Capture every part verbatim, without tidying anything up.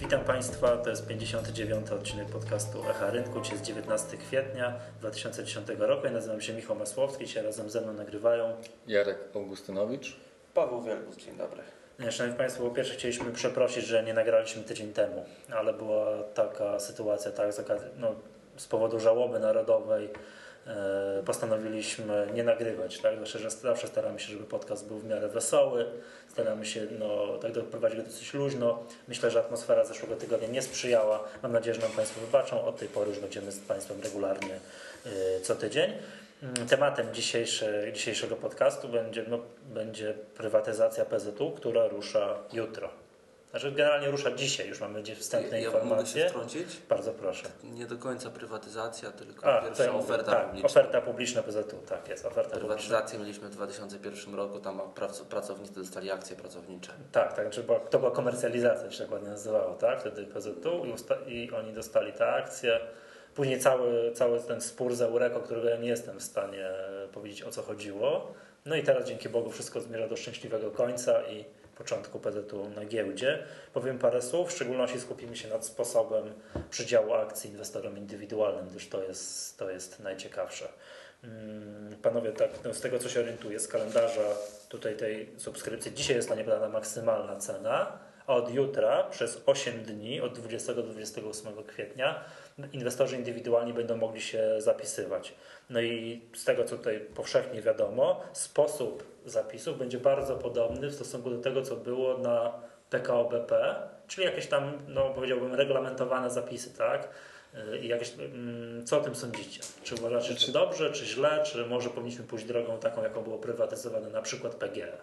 Witam Państwa, to jest pięćdziesiąty dziewiąty odcinek podcastu Echa Rynku. Dzisiaj jest dziewiętnastego kwietnia dwa tysiące dziesiątego roku. Ja nazywam się Michał Masłowski, dzisiaj razem ze mną nagrywają Jarek Augustynowicz, Paweł Wielgus, dzień dobry. Szanowni Państwo, po pierwsze chcieliśmy przeprosić, że nie nagraliśmy tydzień temu, ale była taka sytuacja, tak, z, okazji, no, z powodu żałoby narodowej e, postanowiliśmy nie nagrywać, tak, zawsze, że zawsze staramy się, żeby podcast był w miarę wesoły, staramy się no, tak doprowadzić go dosyć luźno. Myślę, że atmosfera zeszłego tygodnia nie sprzyjała, mam nadzieję, że nam Państwo wybaczą, od tej pory już będziemy z Państwem regularnie e, co tydzień. Tematem dzisiejsze, dzisiejszego podcastu będzie, no, będzie prywatyzacja P Z U, która rusza jutro. Znaczy generalnie rusza dzisiaj, już mamy wstępne ja informacje. Mogę się wtrącić? Bardzo proszę. Nie do końca prywatyzacja, tylko A, pierwsza to, oferta tak, publiczna. Oferta publiczna P Z U, tak jest. Oferta Prywatyzację publiczna. mieliśmy w dwa tysiące pierwszym roku, tam pracownicy dostali akcje pracownicze. Tak, tak, znaczy była, to była komercjalizacja, się tak ładnie nazywało, tak? Wtedy P Z U i, usta- i oni dostali te akcje. Później cały, cały ten spór z Eureko, którego ja nie jestem w stanie powiedzieć, o co chodziło. No i teraz dzięki Bogu wszystko zmierza do szczęśliwego końca i początku P Z U na giełdzie. Powiem parę słów, w szczególności skupimy się nad sposobem przydziału akcji inwestorom indywidualnym, gdyż to jest, to jest najciekawsze. Panowie, tak, no z tego co się orientuję, z kalendarza tutaj tej subskrypcji, dzisiaj jest na nie podana maksymalna cena, a od jutra przez osiem dni, od dwudziestego do dwudziestego ósmego kwietnia, inwestorzy indywidualni będą mogli się zapisywać. No i z tego, co tutaj powszechnie wiadomo, sposób zapisów będzie bardzo podobny w stosunku do tego, co było na P K O B P, czyli jakieś tam, no powiedziałbym, reglamentowane zapisy, tak? I jakieś, co o tym sądzicie? Czy uważacie, że to dobrze, czy źle, czy może powinniśmy pójść drogą taką, jaką było prywatyzowane na przykład P G E?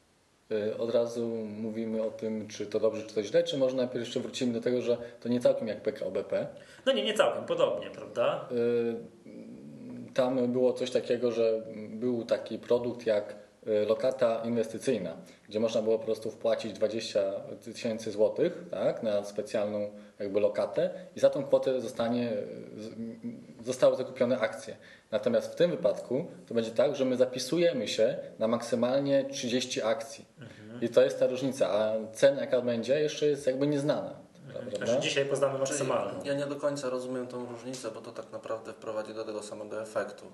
Od razu mówimy o tym, czy to dobrze, czy to źle, czy może najpierw jeszcze wrócimy do tego, że to nie całkiem jak P K O B P. No nie, nie całkiem, podobnie, prawda? Tam było coś takiego, że był taki produkt jak lokata inwestycyjna, gdzie można było po prostu wpłacić dwadzieścia tysięcy złotych, tak, na specjalną jakby lokatę i za tą kwotę zostanie, zostały zakupione akcje. Natomiast w tym wypadku to będzie tak, że my zapisujemy się na maksymalnie trzydzieści akcji. Mhm. I to jest ta różnica, a cena jaka będzie jeszcze jest jakby nieznana. Mhm. Znaczy dzisiaj poznamy maksymalną. Ja nie do końca rozumiem tą różnicę, bo to tak naprawdę wprowadzi do tego samego efektu.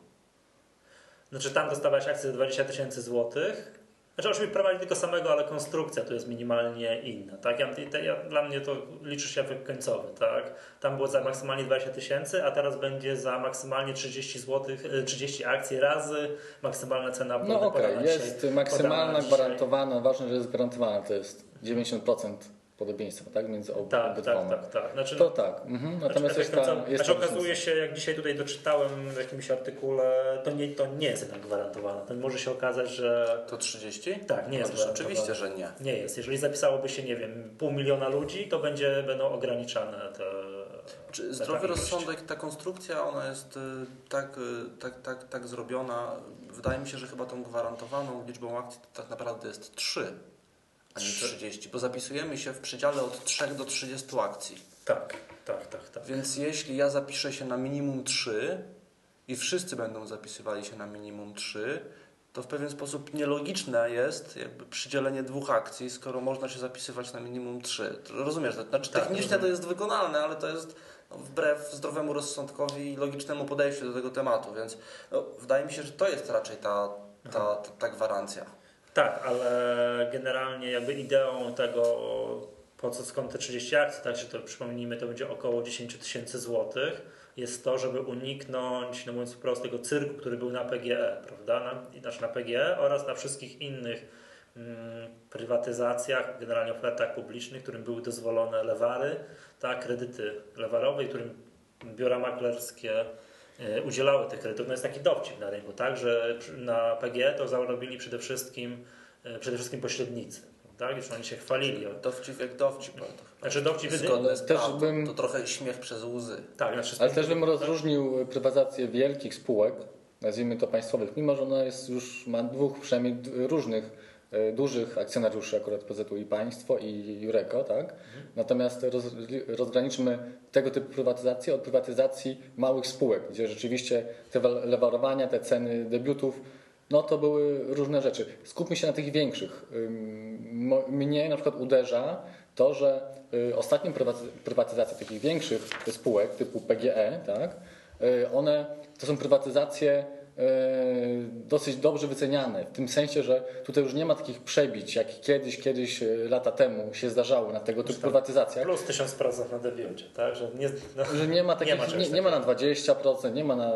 Znaczy tam dostawałeś akcję za dwadzieścia tysięcy złotych. Znaczy oczywiście prowadzi tego samego, ale konstrukcja tu jest minimalnie inna. Tak? Ja, ja, dla mnie to liczy się efekt końcowy. Tak? Tam było za maksymalnie dwadzieścia tysięcy, a teraz będzie za maksymalnie trzydzieści złotych, trzydzieści akcji razy maksymalna cena. No okej, okay. Jest maksymalna, gwarantowana. Ważne, że jest gwarantowana. To jest dziewięćdziesiąt procent podobieństwa, tak? Między ob- tak, obydwoma. Tak, tak, tak. Znaczy, to tak. Mhm. Natomiast znaczy, jest ta, jest znaczy okazuje się, jak dzisiaj tutaj doczytałem w jakimś artykule, to nie, to nie jest jednak gwarantowane. To może się okazać, że... To trzydzieści? Tak, nie jest no, oczywiście, że nie. Nie jest. Jeżeli zapisałoby się, nie wiem, pół miliona ludzi, to będzie, będą ograniczane te... Czy zdrowy rozsądek, ta konstrukcja, ona jest tak, tak, tak, tak zrobiona. Wydaje mi się, że chyba tą gwarantowaną liczbą akcji to tak naprawdę jest trzy. A nie trzydzieści, bo zapisujemy się w przedziale od trzech do trzydziestu akcji. Tak, tak, tak, tak. Więc jeśli ja zapiszę się na minimum trzy i wszyscy będą zapisywali się na minimum trzy, to w pewien sposób nielogiczne jest jakby przydzielenie dwóch akcji, skoro można się zapisywać na minimum trzy. Rozumiesz? Znaczy tak, technicznie rozumiem. To jest wykonalne, ale to jest no, wbrew zdrowemu rozsądkowi i logicznemu podejściu do tego tematu, więc no, wydaje mi się, że to jest raczej ta, ta, ta, ta gwarancja. Tak, ale generalnie jakby ideą tego, po co skąd te trzydzieści akcji, tak, że to przypomnijmy, to będzie około dziesięć tysięcy złotych, jest to, żeby uniknąć, no mówiąc wprost, tego cyrku, który był na P G E, prawda, na, znaczy na P G E oraz na wszystkich innych mm, prywatyzacjach, generalnie ofertach publicznych, którym były dozwolone lewary, tak, kredyty lewarowe, którym biura maklerskie udzielały tych kredytów. No jest taki dowcip na rynku, tak, że na P G E to zarobili przede wszystkim, przede wszystkim pośrednicy, tak, już oni się chwalili. Dowcip jak dowcip. Znaczy dowcip zgodne z też prawdą, bym, to trochę śmiech przez łzy. Tak, znaczy ale też bym rozróżnił prywatyzację wielkich spółek, nazwijmy to państwowych, mimo że ona jest już, ma dwóch przynajmniej różnych dużych akcjonariuszy, akurat P Z U i państwo i Eureko, tak? Mhm. Natomiast roz, rozgraniczmy tego typu prywatyzację od prywatyzacji małych spółek, gdzie rzeczywiście te lewarowania, te ceny debiutów no to były różne rzeczy. Skupmy się na tych większych. Mnie na przykład uderza to, że ostatnie prywatyzacje takich większych spółek typu P G E, tak, one to są prywatyzacje dosyć dobrze wyceniane, w tym sensie, że tutaj już nie ma takich przebić, jak kiedyś, kiedyś lata temu się zdarzało na tego typu prywatyzacjach. Plus tysiąc procent na debiucie, tak? Że nie, no, że nie ma takich, nie ma, nie, nie ma na dwadzieścia procent, nie ma na...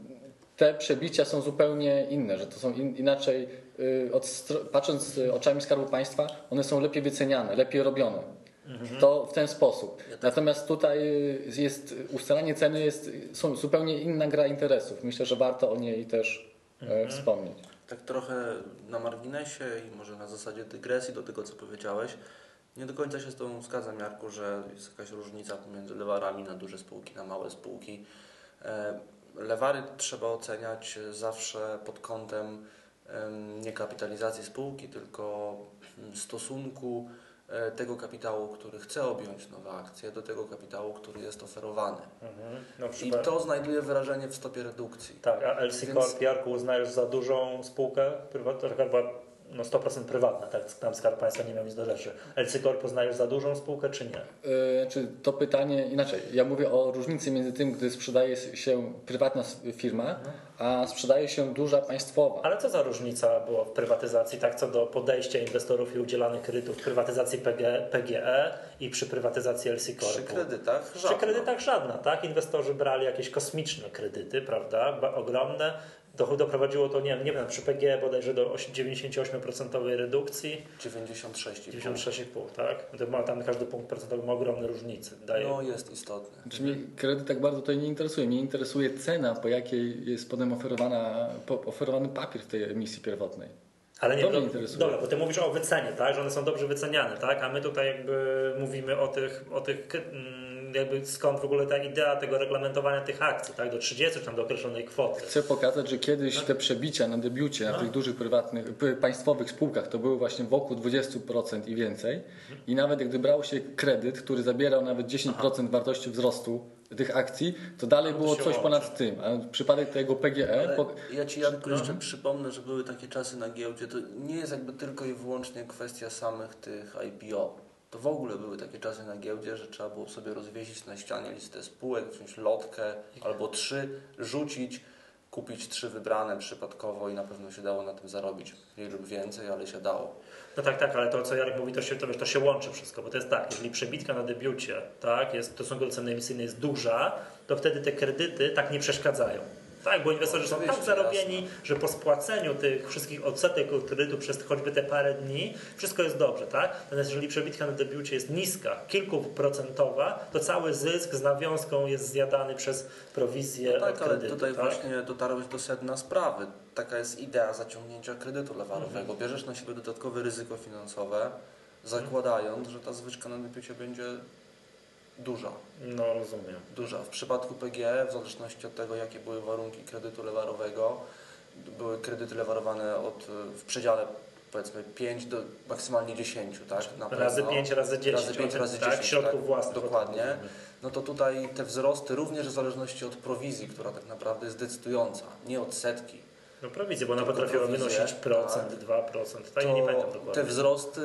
Te przebicia są zupełnie inne, że to są in, inaczej, od, patrząc oczami Skarbu Państwa, one są lepiej wyceniane, lepiej robione. Mhm. To w ten sposób. Natomiast tutaj jest ustalanie ceny, jest są zupełnie inna gra interesów. Myślę, że warto o niej też mhm. wspomnieć. Tak trochę na marginesie i może na zasadzie dygresji do tego, co powiedziałeś. Nie do końca się z Tobą zgadzam, Jarku, że jest jakaś różnica pomiędzy lewarami na duże spółki, na małe spółki. Lewary trzeba oceniać zawsze pod kątem nie kapitalizacji spółki, tylko stosunku tego kapitału, który chce objąć nowe akcje, do tego kapitału, który jest oferowany. Mhm. No, I to znajduje wyrażenie w stopie redukcji. Tak, a L C Więc... Corp, Jarku, uznajesz za dużą spółkę prywatną, taka była no sto procent prywatna, tak? Tam Skarb Państwa nie miał nic do rzeczy. L C Corp uznajesz za dużą spółkę, czy nie? Yy, czy to pytanie inaczej. Ja mówię o różnicy między tym, gdy sprzedaje się prywatna firma, mhm. a sprzedaje się duża państwowa. Ale co za różnica była w prywatyzacji, tak co do podejścia inwestorów i udzielanych kredytów w prywatyzacji P G E i przy prywatyzacji L C Corp? Przy kredytach żadna. Przy kredytach żadna, tak? Inwestorzy brali jakieś kosmiczne kredyty, prawda? Ogromne. Doprowadziło to, nie, nie wiem, przy P G E bodajże do dziewięćdziesiąt osiem procent redukcji. dziewięćdziesiąt sześć i pół. dziewięćdziesiąt sześć i pół, tak? Tam każdy punkt procentowy ma ogromne różnice. Daje... No jest istotny. Znaczy mnie kredyt tak bardzo tutaj nie interesuje. Mnie interesuje cena, po jakiej jest potem oferowana, po, oferowany papier w tej emisji pierwotnej. Ale nie, to mnie interesuje. Dobra, bo ty mówisz o wycenie, tak? Że one są dobrze wyceniane, tak? A my tutaj jakby mówimy o tych, o tych jakby skąd w ogóle ta idea tego reglamentowania tych akcji, tak? Do trzydziestu czy tam do określonej kwoty. Chcę pokazać, że kiedyś no. te przebicia na debiucie, no. na tych dużych prywatnych, państwowych spółkach to były właśnie wokół dwadzieścia procent i więcej. Mhm. I nawet gdy brało się kredyt, który zabierał nawet dziesięć procent Aha. wartości wzrostu tych akcji, to dalej no, to było coś łączy. ponad tym. A przypadek tego P G E... Po... Ja Ci, Janku, jeszcze no. przypomnę, że były takie czasy na giełdzie. To nie jest jakby tylko i wyłącznie kwestia samych tych I P O. To w ogóle były takie czasy na giełdzie, że trzeba było sobie rozwiesić na ścianie listę spółek, wziąć lotkę albo trzy, rzucić, kupić trzy wybrane przypadkowo i na pewno się dało na tym zarobić. Mniej lub więcej, ale się dało. No tak, tak, ale to co Jarek mówi, to się, to, to się łączy wszystko, bo to jest tak, jeżeli przebitka na debiucie, tak, jest w stosunku do ceny emisyjnej jest duża, to wtedy te kredyty tak nie przeszkadzają. Tak, bo inwestorzy są tak zarobieni, jasne. że po spłaceniu tych wszystkich odsetek od kredytu przez choćby te parę dni, wszystko jest dobrze, tak? Natomiast jeżeli przebitka na debiucie jest niska, kilkuprocentowa, to cały zysk z nawiązką jest zjadany przez prowizję no tak, od kredytu. Ale tutaj tak? właśnie dotarłeś do sedna sprawy. Taka jest idea zaciągnięcia kredytu lewarowego. Mhm. Bierzesz na siebie dodatkowe ryzyko finansowe, zakładając, mhm. że ta zwyżka na debiucie będzie duża. No rozumiem. Duża. W przypadku P G E, w zależności od tego, jakie były warunki kredytu lewarowego, były kredyty lewarowane od, w przedziale powiedzmy pięć do maksymalnie dziesięć, tak? Na razy pięć, razy dziesięć. Razy pięć, razy tak? dziesięć. Środków tak? własnych. Dokładnie. No to tutaj te wzrosty również w zależności od prowizji, która tak naprawdę jest decydująca, nie od setki. No prowizję, bo ona potrafiła wynosić procent, tak. dwa procent. Tak, to ja nie pamiętam dokładnie. Te wzrosty,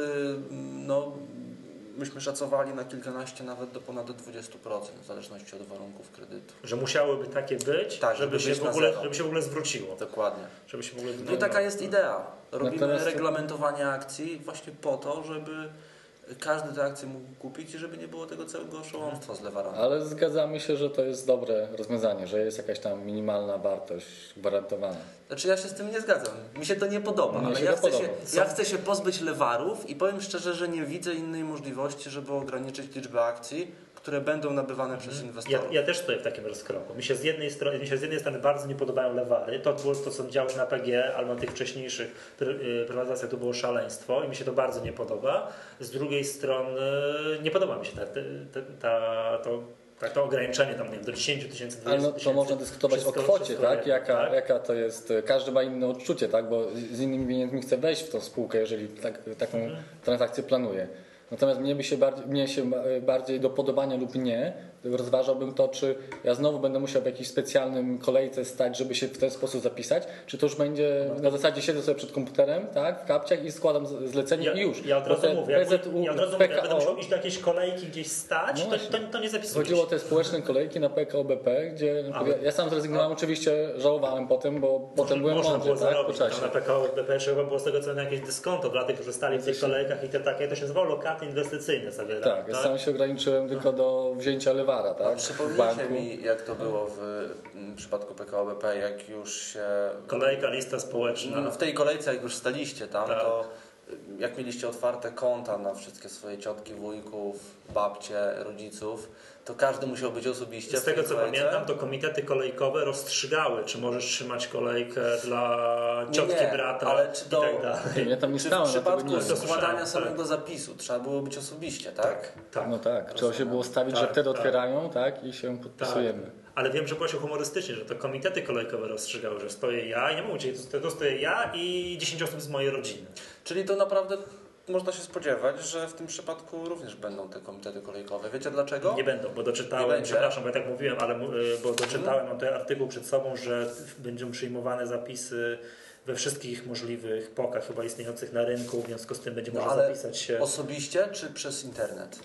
no myśmy szacowali na kilkanaście, nawet do ponad dwadzieścia procent, w zależności od warunków kredytu. Że musiałyby takie być, tak, żeby, żeby, się w ogóle, żeby się w ogóle zwróciło. Dokładnie. Żeby się w ogóle no i taka jest idea. Robimy Natomiast... reglamentowanie akcji właśnie po to, żeby każdy te akcje mógł kupić i żeby nie było tego całego oszołomstwa z lewarami. Ale zgadzamy się, że to jest dobre rozwiązanie, że jest jakaś tam minimalna wartość gwarantowana. Znaczy ja się z tym nie zgadzam. Mi się to nie podoba, ale ja chcę, się, ja chcę się pozbyć lewarów i powiem szczerze, że nie widzę innej możliwości, żeby ograniczyć liczbę akcji, które będą nabywane hmm. przez inwestorów. Ja, ja też stoję w takim rozkroku. Mi się z jednej strony, mi się z jednej strony bardzo nie podobają lewary. To, było, to co działo się na P G E albo na tych wcześniejszych prywatyzacjach, to było szaleństwo i mi się to bardzo nie podoba. Z drugiej strony nie podoba mi się ta, ta, ta, to, tak, to ograniczenie tam nie wiem, do dziesięć tysięcy, dwadzieścia tysięcy. Ale no, to można dyskutować wszystko, o kwocie, tak? Jaka, tak? Jaka to jest, każdy ma inne odczucie, tak? Bo z innymi pieniędzmi chce wejść w tą spółkę, jeżeli tak, taką hmm. transakcję planuje. Natomiast mnie by się bardziej, mnie się bardziej do podobania lub nie rozważałbym to, czy ja znowu będę musiał w jakiejś specjalnym kolejce stać, żeby się w ten sposób zapisać, czy to już będzie na zasadzie siedzę sobie przed komputerem, tak, w kapciach i składam zlecenie ja, i już. Ja od razu te mówię, P Z U, ja od razu P mówię, ja K O, będę musiał iść do jakiejś kolejki gdzieś stać, no to, to, to nie zapisujesz. Chodziło o te społeczne kolejki na P K O B P, gdzie Ale, ja, ja sam zrezygnowałem, a, oczywiście żałowałem potem, bo może, potem byłem można mądry, było tak, zarobić, po czasie. na P K O B P trzeba było z tego co jakieś dyskonto dla tych, którzy stali w tych kolejkach i te takie, to się nazywało lokaty inwestycyjne zawierane. Tak, ja sam się ograniczyłem tylko do wzięcia lewara, tak? Przypomnijcie mi, jak to było w, w przypadku P K O B P, jak już się... Kolejka, lista społeczna. No, w tej kolejce, jak już staliście tam, tak. to jak mieliście otwarte konta na wszystkie swoje ciotki, wujków, babcie, rodziców, to każdy musiał być osobiście Z w tej tego co kolejce. pamiętam, to komitety kolejkowe rozstrzygały, czy możesz trzymać kolejkę dla ciotki, nie, nie, brata ale czy to, i tak dalej. Ja tam nie czy stałem, w dlatego przypadku nie wiem. składania Tak. samego zapisu trzeba było być osobiście, tak? Tak, tak. No tak, trzeba się było stawić, Tak, że wtedy tak. otwierają, tak, i się Tak. podpisujemy. Ale wiem, że było się humorystycznie, że to komitety kolejkowe rozstrzygały, że stoję ja i nie mówię, to, to stoję ja i dziesięć osób z mojej rodziny. Czyli to naprawdę można się spodziewać, że w tym przypadku również będą te komitety kolejkowe. Wiecie dlaczego? Nie będą, bo Nie doczytałem, będzie. przepraszam, bo ja tak mówiłem, ale mu- y, bo doczytałem, mam tutaj artykuł przed sobą, że będą przyjmowane zapisy we wszystkich możliwych pokach chyba istniejących na rynku, w związku z tym będzie No, można ale zapisać się. Osobiście czy przez internet?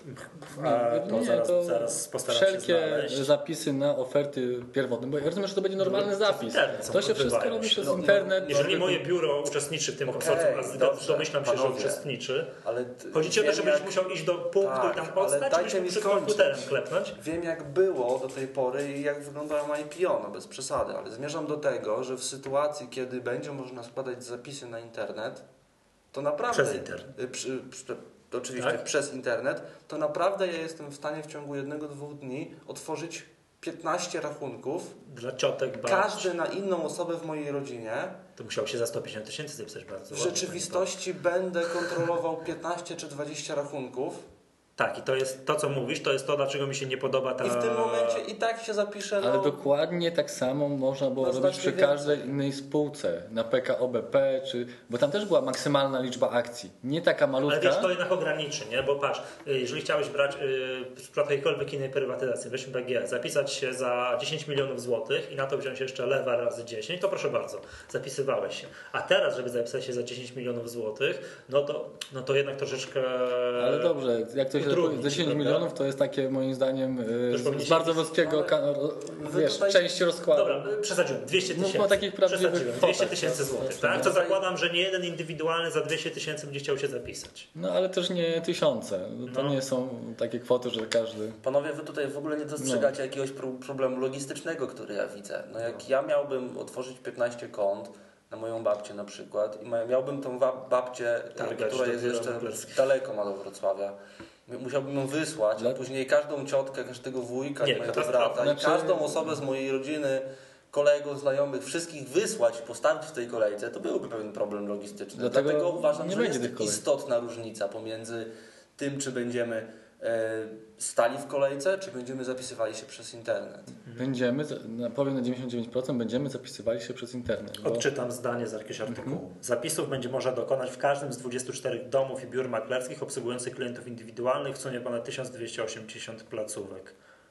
A to Nie, zaraz, to zaraz postaram się wszelkie znaleźć. zapisy na oferty pierwotne, bo ja rozumiem, że to będzie normalny Przez zapis. internet są To się wszystko odbywają robi się. przez No, no, internet. Jeżeli moje biuro uczestniczy w tym Okej, konsorcjum, a dobrze, domyślam się, że panowie. uczestniczy, Ale t- chodzi ci o to, wiem, że będziesz jak- musiał iść do punktu Tak, i tam ale podstać, czy dajcie będziesz mi przed skończyć. komputerem klepnąć? Wiem jak było do tej pory i jak wyglądało I P O, no bez przesady, ale zmierzam do tego, że w sytuacji, kiedy będzie można składać zapisy na internet, to naprawdę... Przez internet. Y, Przy, przy, oczywiście Tak? przez internet, to naprawdę ja jestem w stanie w ciągu jednego, dwóch dni otworzyć piętnaście rachunków, Dla ciotek, babci. każdy na inną osobę w mojej rodzinie. To musiał się za sto pięćdziesiąt tysięcy zapisać bardzo W ładnie, rzeczywistości będę kontrolował piętnaście czy dwadzieścia rachunków. Tak, i to jest to, co mówisz, to jest to, dlaczego mi się nie podoba ta... I w tym momencie i tak się zapiszę. No, Ale dokładnie tak samo można było No, robić znacznie przy każdej więcej. innej spółce, na P K O B P, czy, bo tam też była maksymalna liczba akcji, nie taka malutka. Ale wiesz, to jednak ograniczy, nie? Bo patrz, y, jeżeli chciałeś brać y, w przypadku jakiejkolwiek innej prywatyzacji, weźmy B G, zapisać się za dziesięć milionów złotych i na to wziąć jeszcze lewa razy dziesięć, to proszę bardzo, zapisywałeś się. A teraz, żeby zapisać się za dziesięć milionów złotych, no to, no to jednak troszeczkę... Ale dobrze, jak to się utrudnić, za dziesięć prawda? milionów, to jest takie moim zdaniem Też y, powinniście z bardzo mieć- wąskiego ale- ka- Wy wiesz, tutaj- części rozkładu. Dobra, y, przesadziłem, dwieście Mówmy tysięcy. o takich prawdziwych Przesadziłem, kwotach, dwieście tysięcy tak? złotych, No, tak? To tutaj- zakładam, że nie jeden indywidualny za dwieście tysięcy będzie chciał się zapisać. No ale też nie tysiące. To No. nie są takie kwoty, że każdy... Panowie, wy tutaj w ogóle nie dostrzegacie jakiegoś pro- problemu logistycznego, który ja widzę. No jak ja miałbym otworzyć piętnaście kont na moją babcię na przykład i ma- miałbym tą wa- babcię, Targać która do jest biura jeszcze maklerskiego. daleko ma do Wrocławia. Musiałbym ją wysłać, Dla- a później każdą ciotkę, każdego wujka, Nie, mojego katastrofa. brata Znaczy- i każdą osobę z mojej rodziny, kolegów, znajomych, wszystkich wysłać, postawić w tej kolejce, to byłby pewien problem logistyczny. Dlatego Dlatego uważam, nie że będzie jest tych kolejek. istotna różnica pomiędzy tym, czy będziemy e, stali w kolejce, czy będziemy zapisywali się przez internet. Będziemy, na- powiem na dziewięćdziesiąt dziewięć procent, będziemy zapisywali się przez internet. Bo... Odczytam zdanie z jakiegoś artykułu. Zapisów będzie można dokonać w każdym z dwudziestu czterech domów i biur maklerskich obsługujących klientów indywidualnych w sumie ponad tysiąc dwieście osiemdziesiąt placówek.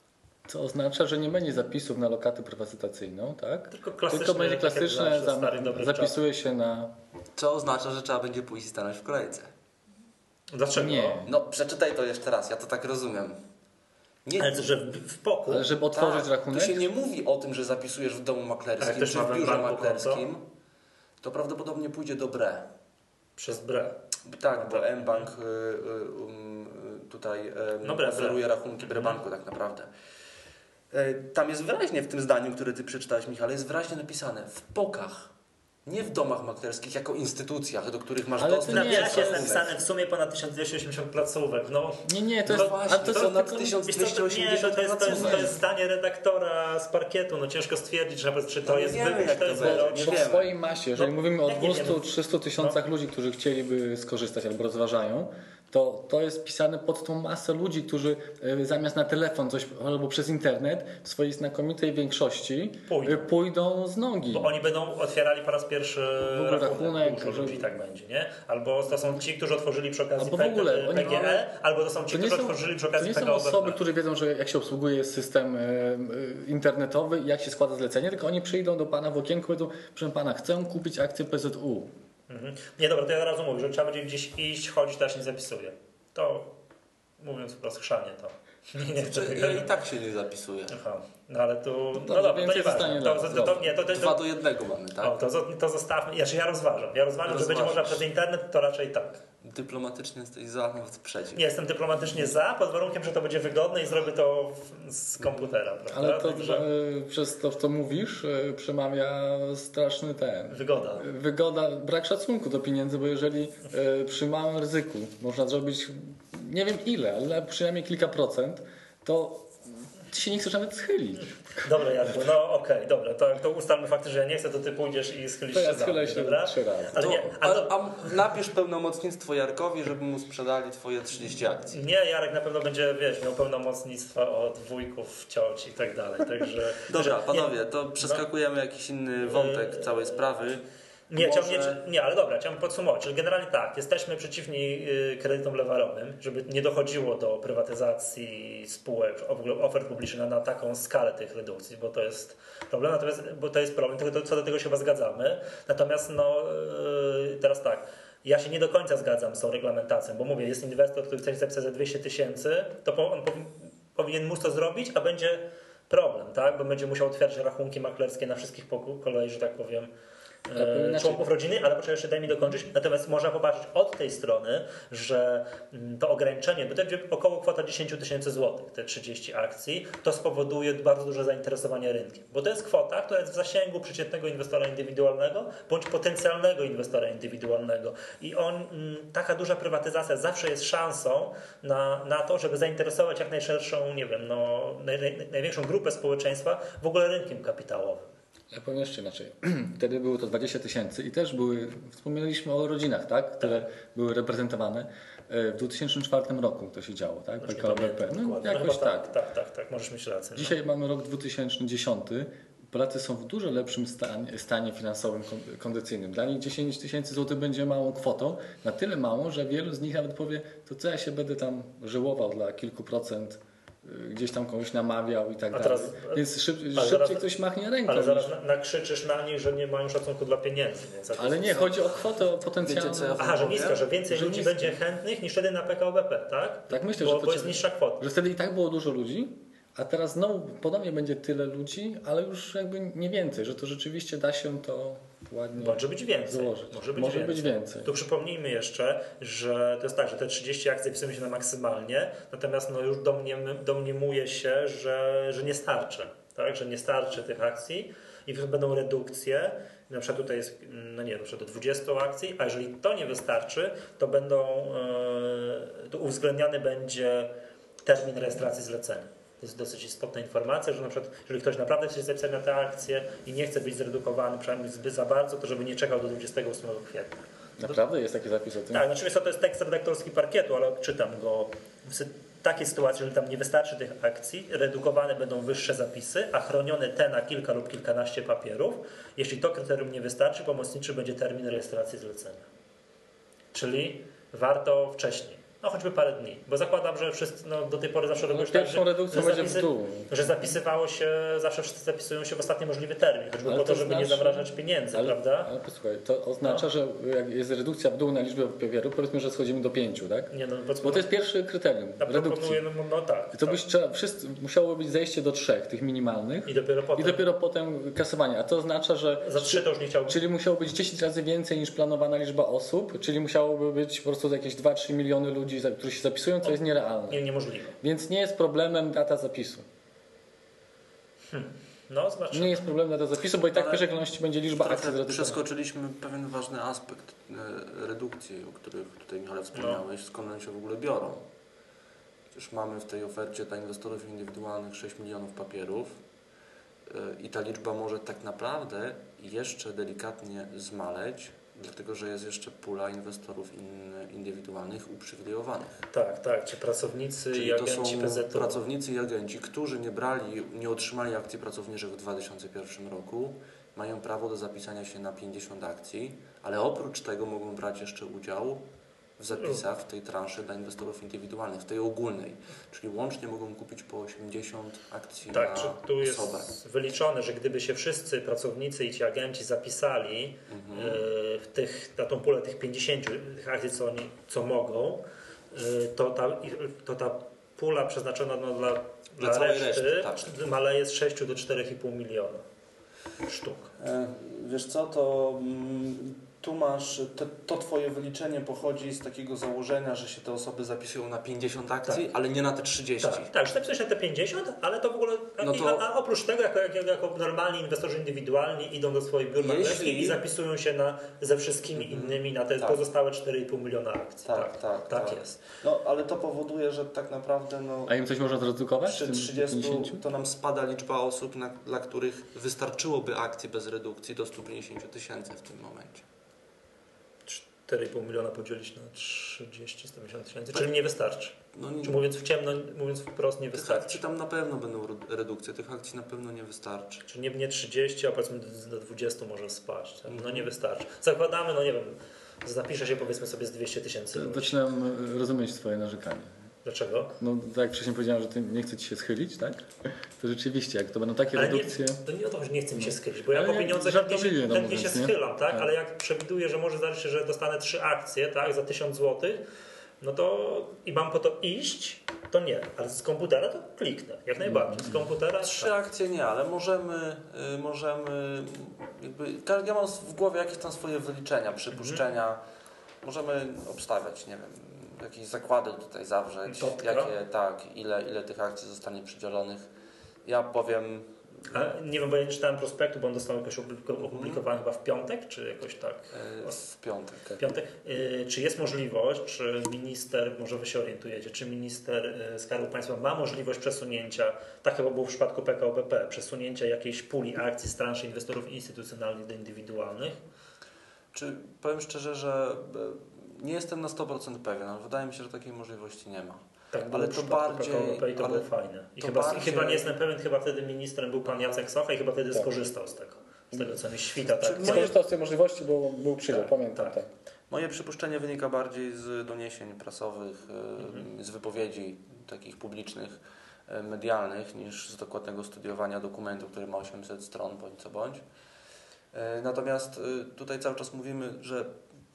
Co oznacza, że nie będzie zapisów na lokatę prywatyzacyjną, tak? Tylko klasyczne, Tylko będzie tak jak klasyczne, zawsze, za, stary dobry zapisuje się na... Co oznacza, że trzeba będzie pójść i stanąć w kolejce. Dlaczego? Nie. No, przeczytaj to jeszcze raz, ja to tak rozumiem. Nie, Ale że w, w poku. Ale żeby otworzyć tak, rachunek... tu się nie mówi o tym, że zapisujesz w domu Tak, maklerskim też czy ma w w biurze banku maklerskim, to prawdopodobnie pójdzie do B R E. Przez bre. Tak, bo mBank y, y, um, y, tutaj y, No, bre, oferuje bre. rachunki Brebanku tak naprawdę. Y, Tam jest wyraźnie w tym zdaniu, które ty przeczytałeś, Michał, jest wyraźnie napisane w pokach. Nie w domach maklerskich jako instytucjach, do których masz Ale to dostęp. Na nie, wiasie to jest rachunek. napisane w sumie ponad tysiąc dwieście osiemdziesiąt placówek. No, Nie, nie, to No jest... właśnie, a to to są nad tylko- tysiąc wiesz co, to, nie, to, to, jest, to, jest, to placówek. jest zdanie redaktora z parkietu. No ciężko stwierdzić, że, czy to No nie jest wiemy, wybieg, jak czy to to jest będzie. wyrok. Nie Bo w wiemy. swojej masie, jeżeli No, mówimy o jak nie dwustu wiemy? trzystu tysiącach ludzi, którzy chcieliby skorzystać albo rozważają, to to jest pisane pod tą masę ludzi, którzy zamiast na telefon coś albo przez internet w swojej znakomitej większości pójdą, pójdą z nogi. Bo oni będą otwierali po raz pierwszy rachunek, rachunek dużo ludzi tak będzie, nie? Albo to są ci, którzy otworzyli przy okazji albo w ogóle, P G E, oni, albo to są ci, to którzy są, otworzyli przy okazji P G E. To nie są osoby, P K O B P. które wiedzą, że jak się obsługuje system internetowy i jak się składa zlecenie, tylko oni przyjdą do pana w okienku i powiedzą, proszę pana, chcę kupić akcję P Z U. Mhm. Nie, dobra, to ja od razu mówię, że trzeba będzie gdzieś iść, chodzić, też nie zapisuję. To, mówiąc po chrzanie to. Nie, nie chcę ja i tak się nie zapisuję. Aha, no ale tu, no, no dobra, to nie ważne. To, to, to, nie, to, to, Dwa do jednego mamy, tak? O, to, to zostawmy, ja, ja rozważam, ja rozważam, że będzie można przez internet, to raczej tak. Dyplomatycznie jesteś za, nawet przeciw. Nie, jestem dyplomatycznie za, pod warunkiem, że to będzie wygodne i zrobię to w, z komputera, prawda? Ale to, że przez to, co mówisz, przemawia straszny ten... Wygoda. Wygoda, brak szacunku do pieniędzy, bo jeżeli przy małym ryzyku można zrobić nie wiem ile, ale przynajmniej kilka procent, to ty się nie chcesz nawet schylić. Dobra, Jarku, no okej, okay, dobra, to, to ustalmy fakty, że ja nie chcę, to ty pójdziesz i schylisz to się ja schylę się dobra? trzy razy. Ale to, nie, ale... A, a napisz pełnomocnictwo Jarkowi, żeby mu sprzedali twoje trzydzieści akcji. Nie, Jarek na pewno będzie, wiesz, miał pełnomocnictwa od wujków, cioci i tak dalej, także... Dobra, że, panowie, nie, to przeskakujemy no, jakiś inny wątek całej sprawy. Nie, Może... chciałbym, nie, nie, ale dobra, chciałbym podsumować. Czyli generalnie tak, jesteśmy przeciwni kredytom lewarowym, żeby nie dochodziło do prywatyzacji spółek, w ogóle ofert publicznych na, na taką skalę tych redukcji, bo to jest problem, natomiast, bo to jest problem, to, co do tego się chyba zgadzamy. Natomiast no, teraz tak, ja się nie do końca zgadzam z tą reglamentacją, bo mówię, jest inwestor, który chce zapisać za dwieście tysięcy, to on powinien móc to zrobić, a będzie problem, tak? Bo będzie musiał otwierać rachunki maklerskie na wszystkich po kolei, że tak powiem, Inaczej. członków rodziny, ale poczekaj, jeszcze daj mi dokończyć. Natomiast można popatrzeć od tej strony, że to ograniczenie, bo to będzie około kwota dziesięć tysięcy złotych, te trzydzieści akcji, to spowoduje bardzo duże zainteresowanie rynkiem. Bo to jest kwota, która jest w zasięgu przeciętnego inwestora indywidualnego bądź potencjalnego inwestora indywidualnego. I on, taka duża prywatyzacja zawsze jest szansą na, na to, żeby zainteresować jak najszerszą, nie wiem, no, naj, naj, największą grupę społeczeństwa w ogóle rynkiem kapitałowym. Ja powiem jeszcze inaczej. Wtedy było to dwadzieścia tysięcy i też były, wspomnieliśmy o rodzinach, tak, które tak. były reprezentowane. W dwa tysiące czwartym roku to się działo, tak? P K O B P. No, jakoś tak, tak. Tak, tak, tak, możesz mieć rację. Dzisiaj no. mamy rok dwa tysiące dziesiąty. Polacy są w dużo lepszym stanie, stanie finansowym, kondycyjnym. Dla nich dziesięć tysięcy złotych będzie małą kwotą, na tyle małą, że wielu z nich nawet powie, to co ja się będę tam żyłował dla kilku procent, gdzieś tam kogoś namawiał i tak dalej. Teraz, Więc szyb, szybciej zaraz, ktoś machnie ręką. Ale zaraz niż... nakrzyczysz na nich, że nie mają szacunku dla pieniędzy. Więc ale nie, chodzi o kwotę potencjalną. Wiecie, ja Aha, że nisko, że więcej że ludzi nisko. będzie chętnych niż wtedy na P K O B P, tak? Tak myślę, bo, że to bo jest niższa kwota. Że wtedy i tak było dużo ludzi, a teraz znowu podobnie będzie tyle ludzi, ale już jakby nie więcej, że to rzeczywiście da się to ładnie Może być więcej. złożyć. Może być Może więcej. być więcej. Tu przypomnijmy jeszcze, że to jest tak, że te trzydzieści akcji zapisujemy się na maksymalnie, natomiast no już domniem, domniemuje się, że, że nie starczy. Tak? Że nie starczy tych akcji i będą redukcje. Na przykład tutaj jest, no nie, na przykład do dwudziestu akcji, a jeżeli to nie wystarczy, to będą, yy, to uwzględniany będzie termin rejestracji zlecenia. To jest dosyć istotna informacja, że na przykład, jeżeli ktoś naprawdę chce się zapisać na te akcje i nie chce być zredukowany przynajmniej zbyt za bardzo, to żeby nie czekał do dwudziestego ósmego kwietnia. Naprawdę jest taki zapis o tym? Tak, znaczy to jest tekst redaktorski Parkietu, ale czytam go. W takiej sytuacji, jeżeli tam nie wystarczy tych akcji, redukowane będą wyższe zapisy, a chronione te na kilka lub kilkanaście papierów. Jeśli to kryterium nie wystarczy, pomocniczy będzie termin rejestracji zlecenia. Czyli warto wcześniej. No choćby parę dni, bo zakładam, że wszyscy no, do tej pory zawsze robisz no, tak, że, redukcją że, będzie zapisy, w dół. że zapisywało się, zawsze wszyscy zapisują się w ostatni możliwy termin, choćby ale po to, to żeby znaczy, nie zamrażać pieniędzy, ale, prawda? Ale posłuchaj, to oznacza, no. że jak jest redukcja w dół na liczbę papierów, powiedzmy, że schodzimy do pięciu, tak? Nie, no, bo to jest pierwsze kryterium redukcji. No, no tak. I to tak. byś trzeba, wszyscy, musiało być zejście do trzech, tych minimalnych. I dopiero potem. I dopiero potem kasowanie. A to oznacza, że... Za trzy to już nie chciałbym. Czyli musiało być dziesięć razy więcej niż planowana liczba osób, czyli musiałoby być po prostu jakieś dwa trzy miliony ludzi, którzy się zapisują, co jest nierealne. Nie, niemożliwe. Więc nie jest problemem data zapisu. Hmm. No, zobaczymy. Nie jest problemem data zapisu, bo i tak w pierwszej kolejności będzie liczba akcji zredukowana. Przeskoczyliśmy pewien ważny aspekt redukcji, o których tutaj Michale wspomniałeś, no. Skąd one się w ogóle biorą. Przecież mamy w tej ofercie dla inwestorów indywidualnych sześć milionów papierów i ta liczba może tak naprawdę jeszcze delikatnie zmaleć dlatego że jest jeszcze pula inwestorów in, indywidualnych uprzywilejowanych. Tak, tak, czy pracownicy Czyli i agenci to P są Z U. pracownicy i agenci, którzy nie brali, nie otrzymali akcji pracowniczych w dwa tysiące pierwszym roku, mają prawo do zapisania się na pięćdziesiąt akcji, ale oprócz tego mogą brać jeszcze udział w zapisach w tej transzy dla inwestorów indywidualnych, w tej ogólnej, czyli łącznie mogą kupić po osiemdziesiąt akcji tak, na czy tu jest osobę. wyliczone, że gdyby się wszyscy pracownicy i ci agenci zapisali Mhm. y, w tych, na tą pulę tych pięćdziesięciu tych akcji, co oni co mogą, y, to, ta, to ta pula przeznaczona no, dla, dla, całej reszty, reszty, tak. maleje z sześciu do czterech i pół miliona sztuk. E, Wiesz co, to mm, tu masz, te, to twoje wyliczenie pochodzi z takiego założenia, że się te osoby zapisują na pięćdziesiąt akcji, Tak. ale nie na te trzydzieści. Tak, tak, że napisałeś na te pięćdziesiąt, ale to w ogóle, a, No to- a, a oprócz tego, jako, jako, jako normalni inwestorzy indywidualni idą do swoich biur Jeśli- maklerskich i zapisują się na, ze wszystkimi Mhm. innymi na te Tak. pozostałe cztery i pół miliona akcji. Tak, Tak, tak, tak, tak. jest. No, ale to powoduje, że tak naprawdę no, A im coś można zredukować? przy w tym trzydziestu pięćdziesięciu? to nam spada liczba osób, na, dla których wystarczyłoby akcji bez redukcji do stu pięćdziesięciu tysięcy w tym momencie. cztery i pół miliona podzielić na trzydzieści, sto pięćdziesiąt tysięcy, czyli nie wystarczy. No, nie, Czy mówiąc w ciemno, mówiąc wprost, nie tych wystarczy. akcji tam na pewno będą redukcje, tych akcji na pewno nie wystarczy. Czy nie, nie trzydzieści, a powiedzmy do dwudziestu może spaść. Tak? No Mhm. nie wystarczy. Zakładamy, no nie wiem, zapisze się powiedzmy sobie z dwieście tysięcy ludzi. Zaczynam e, rozumieć twoje narzekanie. Dlaczego? No tak jak wcześniej powiedziałem, że ty nie chce ci się schylić, tak? To rzeczywiście, jak to będą takie Ale redukcje... nie, to nie o to, że nie chce mi się schylić, bo ja Ale po nie, pieniądze chętnie się, żartobliwie, no chętnie się mówiąc, nie? schylam, tak? Tak. Ale jak przewiduję, że może zdarzyć się, że dostanę trzy akcje, tak, za tysiąc złotych, no to i mam po to iść, to nie. Ale z komputera to kliknę, jak najbardziej. Z komputera Trzy tak. akcje nie, ale możemy, y, możemy jakby, ka- ja mam w głowie jakieś tam swoje wyliczenia, przypuszczenia. Możemy obstawiać, nie wiem, jakieś zakłady tutaj zawrzeć, Totka. jakie, tak, ile, ile tych akcji zostanie przydzielonych. Ja powiem, A, nie wiem, bo ja nie czytałem prospektu, bo on został jakoś opubliko- opublikowany chyba w piątek, czy jakoś tak? y, w piątek. W piątek. Y, Czy jest możliwość, czy minister, może wy się orientujecie, czy minister y, Skarbu Państwa ma możliwość przesunięcia, tak chyba było w przypadku P K O B P, przesunięcia jakiejś puli akcji z transzy inwestorów instytucjonalnych do indywidualnych? Czy powiem szczerze, że y, nie jestem na sto procent pewien, ale wydaje mi się, że takiej możliwości nie ma. Tak, było Ale w to przypadku bardziej- P K O B P i to ale było fajne. I to chyba, bardziej- chyba nie jestem pewien, chyba wtedy ministrem był pan Jacek Socha i chyba wtedy Tak. skorzystał z tego. Z tego co mi świta. Tak. Czy moje- Skorzystał z tej możliwości, bo był przydział, Tak, pamiętam. tak. Tak. Moje przypuszczenie wynika bardziej z doniesień prasowych, y, Mhm. z wypowiedzi takich publicznych, y, medialnych, niż z dokładnego studiowania dokumentu, który ma osiemset stron, bądź co bądź. Y, Natomiast y, tutaj cały czas mówimy, że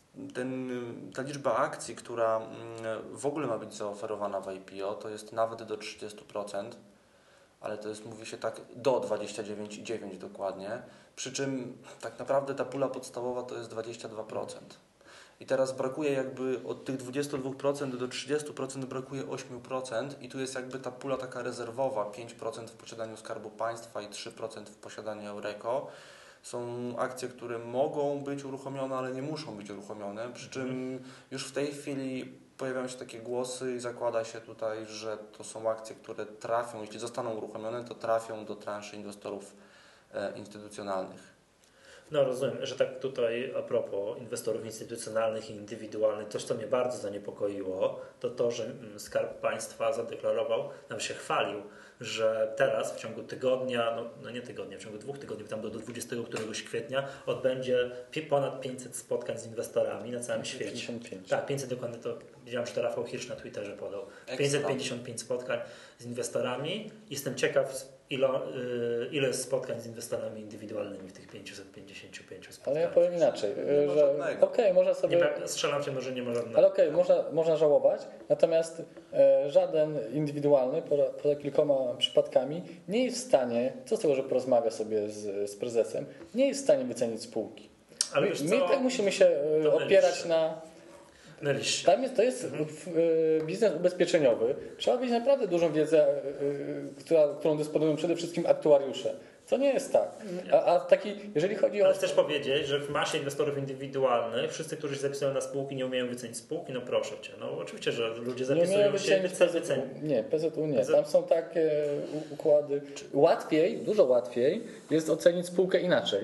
ten, y, ta liczba akcji, która y, w ogóle ma być zaoferowana w I P O, to jest nawet do trzydziestu procent, ale to jest, mówi się tak, do dwadzieścia dziewięć przecinek dziewięć dokładnie, przy czym tak naprawdę ta pula podstawowa to jest dwadzieścia dwa procent. I teraz brakuje jakby od tych dwudziestu dwóch procent do trzydziestu procent brakuje osiem procent i tu jest jakby ta pula taka rezerwowa, pięć procent w posiadaniu Skarbu Państwa i trzy procent w posiadaniu Eureko. Są akcje, które mogą być uruchomione, ale nie muszą być uruchomione, przy czym już w tej chwili pojawiają się takie głosy i zakłada się tutaj, że to są akcje, które trafią, jeśli zostaną uruchomione, to trafią do transzy inwestorów e, instytucjonalnych. No rozumiem, że tak tutaj a propos inwestorów instytucjonalnych i indywidualnych, coś co mnie bardzo zaniepokoiło, to to, że mm, Skarb Państwa zadeklarował, nam się chwalił, że teraz w ciągu tygodnia, no, no nie tygodnia, w ciągu dwóch tygodni, tam do, do dwudziestego któregoś kwietnia odbędzie pi- ponad pięćset spotkań z inwestorami na całym świecie. pięćdziesiąt pięć. Tak, pięćset dokładnie, to widziałem, że to Rafał Hirsch na Twitterze podał. Ekstra. pięćset pięćdziesiąt pięć spotkań z inwestorami. Jestem ciekaw, ile, y, ile jest spotkań z inwestorami indywidualnymi w tych pięćset pięćdziesięciu pięciu spotkaniach. Ale ja powiem inaczej, Nie ma że żadnego. okej, można Nie, sobie... ma- strzelam się, może nie ma żadnego. Ale okej, można, można żałować, natomiast e, żaden indywidualny, poza, poza kilkoma przypadkami, nie jest w stanie, co z tego, że porozmawia sobie z, z prezesem, nie jest w stanie wycenić spółki. Ale My, wiesz my co? tak musimy się e, To opierać mylisz się. na... Mylisz się. Tam jest, to jest w, e, biznes ubezpieczeniowy. Trzeba mieć naprawdę dużą wiedzę, e, e, która, którą dysponują przede wszystkim aktuariusze. To nie jest tak. A, a taki, jeżeli chodzi o... Ale chcesz powiedzieć, że w masie inwestorów indywidualnych wszyscy, którzy się zapisują na spółki, nie umieją wycenić spółki? No proszę Cię. No oczywiście, że ludzie Nie zapisują umieją się wycenić wycenić. P Z U. Nie, P Z U nie. P Z U. Tam są takie u- układy. Łatwiej, dużo łatwiej jest ocenić spółkę inaczej.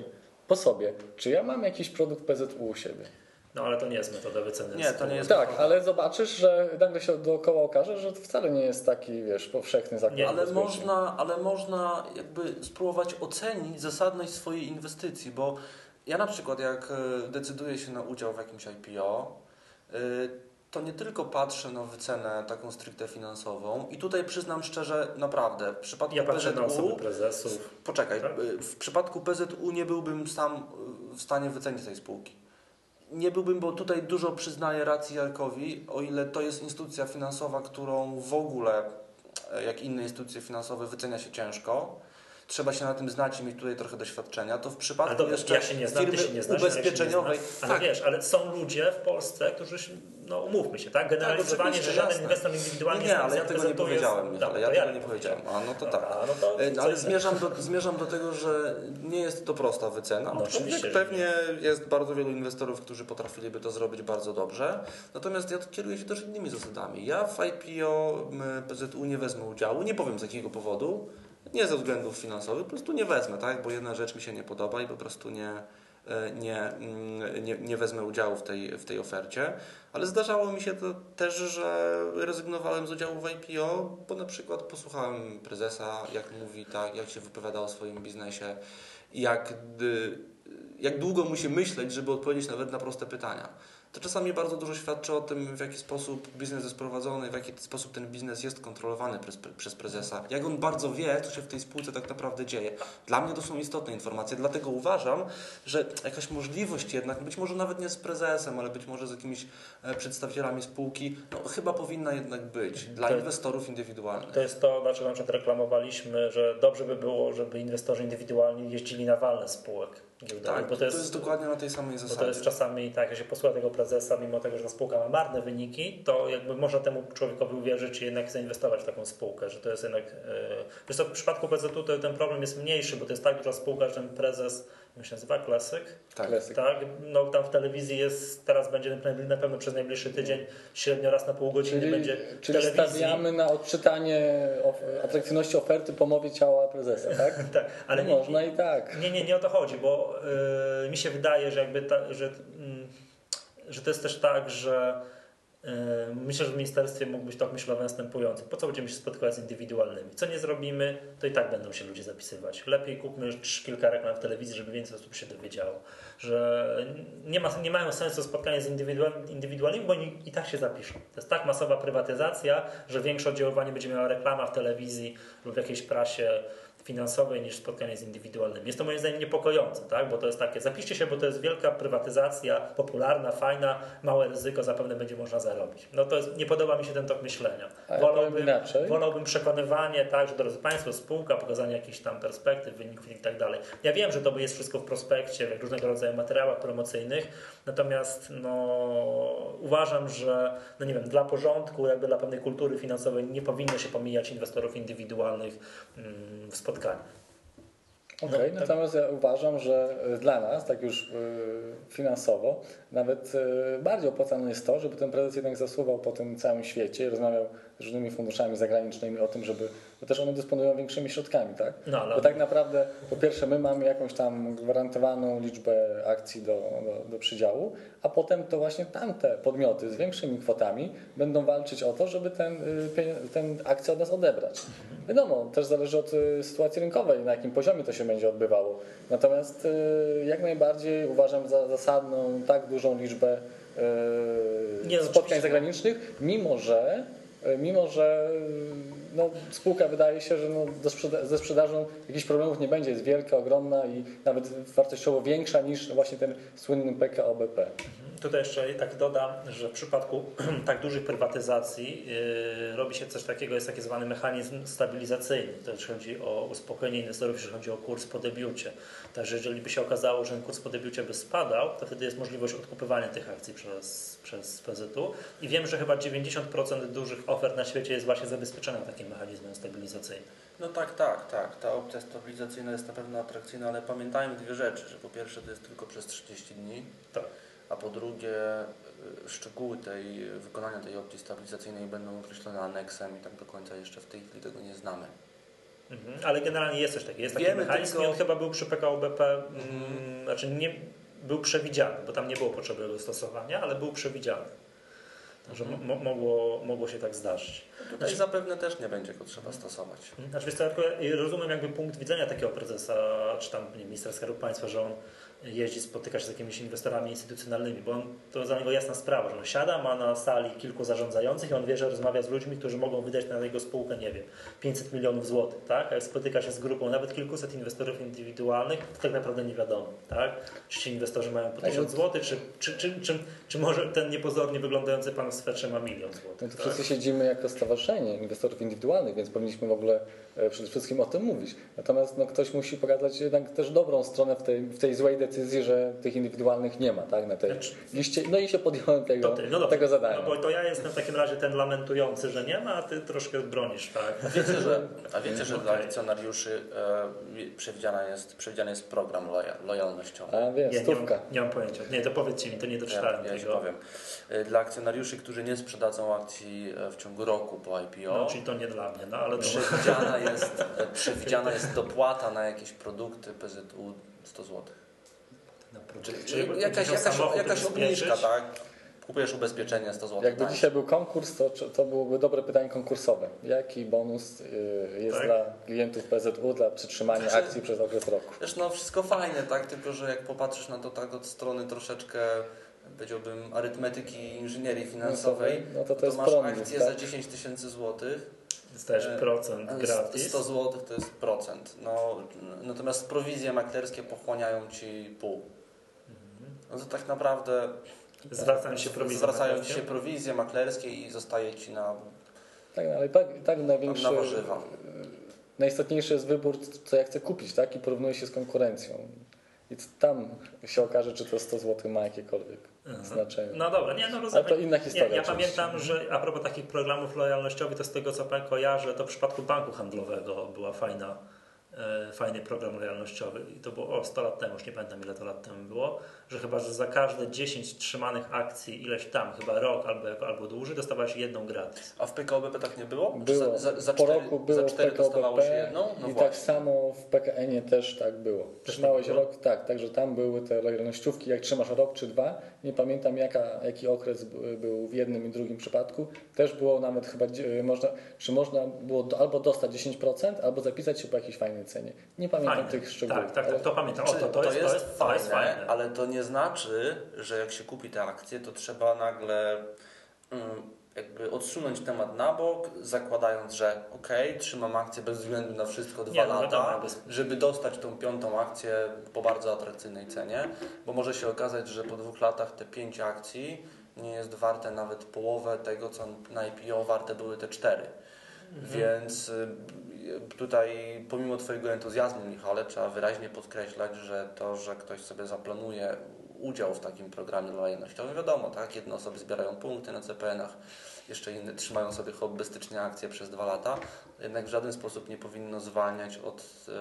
po sobie, czy ja mam jakiś produkt P Z U u siebie. No ale to nie jest metoda wyceny. Nie, to nie jest Tak, metoda. ale zobaczysz, że nagle się dookoła okaże, że to wcale nie jest taki, wiesz, powszechny zakład. Nie, ale można, ale można jakby spróbować ocenić zasadność swojej inwestycji, bo ja na przykład jak decyduję się na udział w jakimś I P O, to nie tylko patrzę na wycenę taką stricte finansową i tutaj przyznam szczerze, naprawdę, w przypadku ja patrzę P Z U... na osoby prezesów. Poczekaj, tak? w przypadku P Z U nie byłbym sam w stanie wycenić tej spółki. Nie byłbym, bo tutaj dużo przyznaję racji Jarkowi, o ile to jest instytucja finansowa, którą w ogóle, jak inne instytucje finansowe, wycenia się ciężko. Trzeba się na tym znać i mieć tutaj trochę doświadczenia. To w przypadku dobra, jeszcze ja się nie znam, firmy ty się nie znasz, ubezpieczeniowej... Ja się nie znam, ale tak. wiesz, ale są ludzie w Polsce, którzy, no umówmy się, tak? Generalizowanie, tak, że żaden jasne. inwestor indywidualny nie, nie, ale ja tego nie powiedziałem. Jest... Dobra, ja to tego ja nie powiedziałem. A no to dobra, tak. no to no, ale co zmierzam do, zmierzam do tego, że nie jest to prosta wycena. No, oczywiście, pewnie jest bardzo wielu inwestorów, którzy potrafiliby to zrobić bardzo dobrze. Natomiast ja kieruję się też innymi zasadami. Ja w I P O P Z U nie wezmę udziału. Nie powiem z jakiego powodu. Nie ze względów finansowych, po prostu nie wezmę, tak? Bo jedna rzecz mi się nie podoba i po prostu nie, nie, nie, nie wezmę udziału w tej, w tej ofercie. Ale zdarzało mi się to też, że rezygnowałem z udziału w I P O, bo na przykład posłuchałem prezesa, jak mówi, tak, jak się wypowiada o swoim biznesie, jak, jak długo musi myśleć, żeby odpowiedzieć nawet na proste pytania. To czasami bardzo dużo świadczy o tym, w jaki sposób biznes jest prowadzony, w jaki sposób ten biznes jest kontrolowany przez, przez prezesa. Jak on bardzo wie, co się w tej spółce tak naprawdę dzieje. Dla mnie to są istotne informacje, dlatego uważam, że jakaś możliwość jednak, być może nawet nie z prezesem, ale być może z jakimiś przedstawicielami spółki, no chyba powinna jednak być dla to, inwestorów indywidualnych. To jest to, dlaczego na przykład reklamowaliśmy, że dobrze by było, żeby inwestorzy indywidualni jeździli na walne spółek giełdowych. Tak, bo to jest, to jest dokładnie na tej samej zasadzie. Bo to jest czasami tak, jak się posłucha tego prezesa, mimo tego, że ta spółka ma marne wyniki, to jakby można temu człowiekowi uwierzyć i jednak zainwestować w taką spółkę, że to jest jednak... Wiesz co, w przypadku P Z U to ten problem jest mniejszy, bo to jest tak duża spółka, że ten prezes, jak się nazywa, Klasyk? Tak, Klasyk. Tak, no tam w telewizji jest, teraz będzie na pewno przez najbliższy tydzień średnio raz na pół godziny czyli, będzie Czyli telewizji. stawiamy na odczytanie of, atrakcyjności oferty po mowie ciała prezesa, tak? tak, ale no nie, można i tak. Nie, nie, nie o to chodzi, bo yy, mi się wydaje, że jakby ta, że, yy, że to jest też tak, że yy, myślę, że w ministerstwie mógł być tok myślowy następujący. Po co będziemy się spotykać z indywidualnymi? Co nie zrobimy, to i tak będą się ludzie zapisywać. Lepiej kupmy kilka reklam w telewizji, żeby więcej osób się dowiedziało. Że nie, ma, nie mają sensu spotkania z indywidualnymi, bo oni i tak się zapiszą. To jest tak masowa prywatyzacja, że większe oddziaływanie będzie miała reklama w telewizji lub w jakiejś prasie finansowej niż spotkanie z indywidualnymi. Jest to moim zdaniem niepokojące, tak? Bo to jest takie, zapiszcie się, bo to jest wielka prywatyzacja, popularna, fajna, małe ryzyko, zapewne będzie można zarobić. No to jest, nie podoba mi się ten tok myślenia. Wolałbym, wolałbym przekonywanie, tak, że drodzy Państwo, spółka, pokazanie jakichś tam perspektyw, wyników i tak dalej. Ja wiem, że to jest wszystko w prospekcie, w różnego rodzaju materiałach promocyjnych, natomiast no, uważam, że no nie wiem, dla porządku, jakby dla pewnej kultury finansowej nie powinno się pomijać inwestorów indywidualnych mm, w spotkaniu. Okej, okay, no, natomiast tak. Ja uważam, że dla nas, tak już finansowo, nawet bardziej opłacalne jest to, żeby ten prezes jednak zasuwał po tym całym świecie i rozmawiał z różnymi funduszami zagranicznymi o tym, żeby, bo też one dysponują większymi środkami, tak? No, ale... Bo tak naprawdę, po pierwsze, my mamy jakąś tam gwarantowaną liczbę akcji do, do, do przydziału, a potem to właśnie tamte podmioty z większymi kwotami będą walczyć o to, żeby ten, ten akcję od nas odebrać. Wiadomo, też zależy od sytuacji rynkowej, na jakim poziomie to się będzie odbywało. Natomiast jak najbardziej uważam za zasadną tak dużą liczbę Nie, spotkań oczywiście. zagranicznych, mimo że Mimo, że no, spółka wydaje się, że no, do sprzeda- ze sprzedażą jakichś problemów nie będzie, jest wielka, ogromna i nawet wartościowo większa niż właśnie ten słynny P K O B P. Tutaj jeszcze tak dodam, że w przypadku tak dużych prywatyzacji yy, robi się coś takiego, jest taki zwany mechanizm stabilizacyjny. To jeśli chodzi o uspokojenie inwestorów, jeśli chodzi o kurs po debiucie. Także jeżeli by się okazało, że ten kurs po debiucie by spadał, to wtedy jest możliwość odkupywania tych akcji przez, przez P Z U. I wiem, że chyba dziewięćdziesiąt procent dużych ofert na świecie jest właśnie zabezpieczona takim mechanizmem stabilizacyjnym. No tak, tak, tak. Ta opcja stabilizacyjna jest na pewno atrakcyjna, ale pamiętajmy dwie rzeczy, że po pierwsze to jest tylko przez trzydzieści dni. Tak. A po drugie szczegóły tej, wykonania tej opcji stabilizacyjnej będą określone aneksem i tak do końca jeszcze w tej chwili tego nie znamy. Mhm. Ale generalnie jest coś takiego. Jest taki Wiemy mechanizm tylko... i on chyba był przy P K O B P, mhm. znaczy nie był przewidziany, bo tam nie było potrzeby jego stosowania, ale był przewidziany. Także mhm. mo- mogło, mogło się tak zdarzyć. Tutaj znaczy, zapewne też nie będzie go trzeba stosować. Znaczy, wiesz co, ja rozumiem jakby punkt widzenia takiego prezesa, czy tam nie, ministra Skarbu Państwa, że on jeździ, spotyka się z jakimiś inwestorami instytucjonalnymi, bo on, to za niego jasna sprawa, że on siada, ma na sali kilku zarządzających i on wie, że rozmawia z ludźmi, którzy mogą wydać na jego spółkę, nie wiem, pięćset milionów złotych, tak? A jak spotyka się z grupą nawet kilkuset inwestorów indywidualnych, to tak naprawdę nie wiadomo, tak? Czy ci inwestorzy mają po tysiąc złotych, czy, czy, czy, czy, czy może ten niepozornie wyglądający pan w swetrze ma milion złotych. No to tak? wszyscy siedzimy jako stowarzyszenie inwestorów indywidualnych, więc powinniśmy w ogóle przede wszystkim o tym mówić. Natomiast no, ktoś musi pokazać jednak też dobrą stronę w tej, w tej złej decyzji, że tych indywidualnych nie ma, tak, na tej znaczy, liście. No i się podjąłem tego, ty, no tego zadania. No bo to ja jestem w takim razie ten lamentujący, że nie ma, a ty troszkę bronisz, tak? A wiecie, że, a wiecie, że okay. dla akcjonariuszy e, przewidziana jest, przewidziany jest program loja, lojalnościowy. A wiesz, nie, stówka. Nie mam, nie mam pojęcia. Nie, to powiedzcie mi, to nie doczytałem ja, ja tego. Ja powiem. Dla akcjonariuszy, którzy nie sprzedadzą akcji w ciągu roku po I P O. No, czyli to nie dla mnie, no ale przewidziana jest, przewidziana jest dopłata na jakieś produkty P Z U sto złotych. Czyli, czyli jakaś, jakaś, jakaś obniżka, tak? Kupujesz ubezpieczenie sto złotych. Jakby dzisiaj był konkurs, to, to byłoby dobre pytanie konkursowe. Jaki bonus jest tak? dla klientów P Z U dla przetrzymania znaczy, akcji przez okres roku? Wiesz, no wszystko fajne, tak? Tylko że jak popatrzysz na to tak od strony troszeczkę, powiedziałbym, arytmetyki inżynierii finansowej, no to, to, to, to masz prąd, akcję tak? za dziesięć tysięcy złotych. Dostajesz procent gratis. sto złotych to jest procent. No, natomiast prowizje maklerskie pochłaniają ci pół. No to tak naprawdę zwracają się prowizje zwracają ci się prowizje maklerskie i zostaje ci na tak, ale tak, tak największy na warzywa. Najistotniejszy jest wybór, co ja chcę kupić, tak? I porównuje się z konkurencją. I tam się okaże, czy to sto złotych ma jakiekolwiek mhm. znaczenie. No dobra, nie, no rozumiem. Ale to inna historia. Nie, ja pamiętam, że a propos takich programów lojalnościowych, to z tego co kojarzę, to w przypadku banku handlowego była fajna, e, fajny program lojalnościowy i to było o, sto lat temu, już nie pamiętam ile to lat temu było, że chyba, że za każde dziesięć trzymanych akcji ileś tam, chyba rok albo, albo dłużej, dostawałeś jedną gratis. A w P K O B P tak nie było? Było. Za, za po cztery, roku było za cztery w P K O B P dostawało się jedną? No i właśnie. tak samo w P K N-ie też tak było. Trzymałeś rok, tak, także tam były te lojalnościówki, jak trzymasz rok czy dwa, nie pamiętam jaka, jaki okres był w jednym i drugim przypadku, też było nawet chyba, można, czy można było do, albo dostać dziesięć procent, albo zapisać się po jakiejś fajnej cenie. Nie pamiętam fajne. tych szczegółów. Tak, tak, tak, to pamiętam. O, to, to, to, jest, jest, to, jest, fajne, to jest fajne, ale to nie znaczy, że jak się kupi te akcje, to trzeba nagle um, jakby odsunąć temat na bok, zakładając, że okej, okay, trzymam akcję bez względu na wszystko dwa nie, lata, no, żeby dostać tą piątą akcję po bardzo atrakcyjnej cenie, bo może się okazać, że po dwóch latach te pięć akcji nie jest warte nawet połowę tego, co na I P O warte były te cztery. Mhm. Więc tutaj pomimo Twojego entuzjazmu, Michale, trzeba wyraźnie podkreślać, że to, że ktoś sobie zaplanuje udział w takim programie lojalnościowym, wiadomo, tak, jedne osoby zbierają punkty na C P N-ach, jeszcze inne trzymają sobie hobbystycznie akcje przez dwa lata, jednak w żaden sposób nie powinno zwalniać od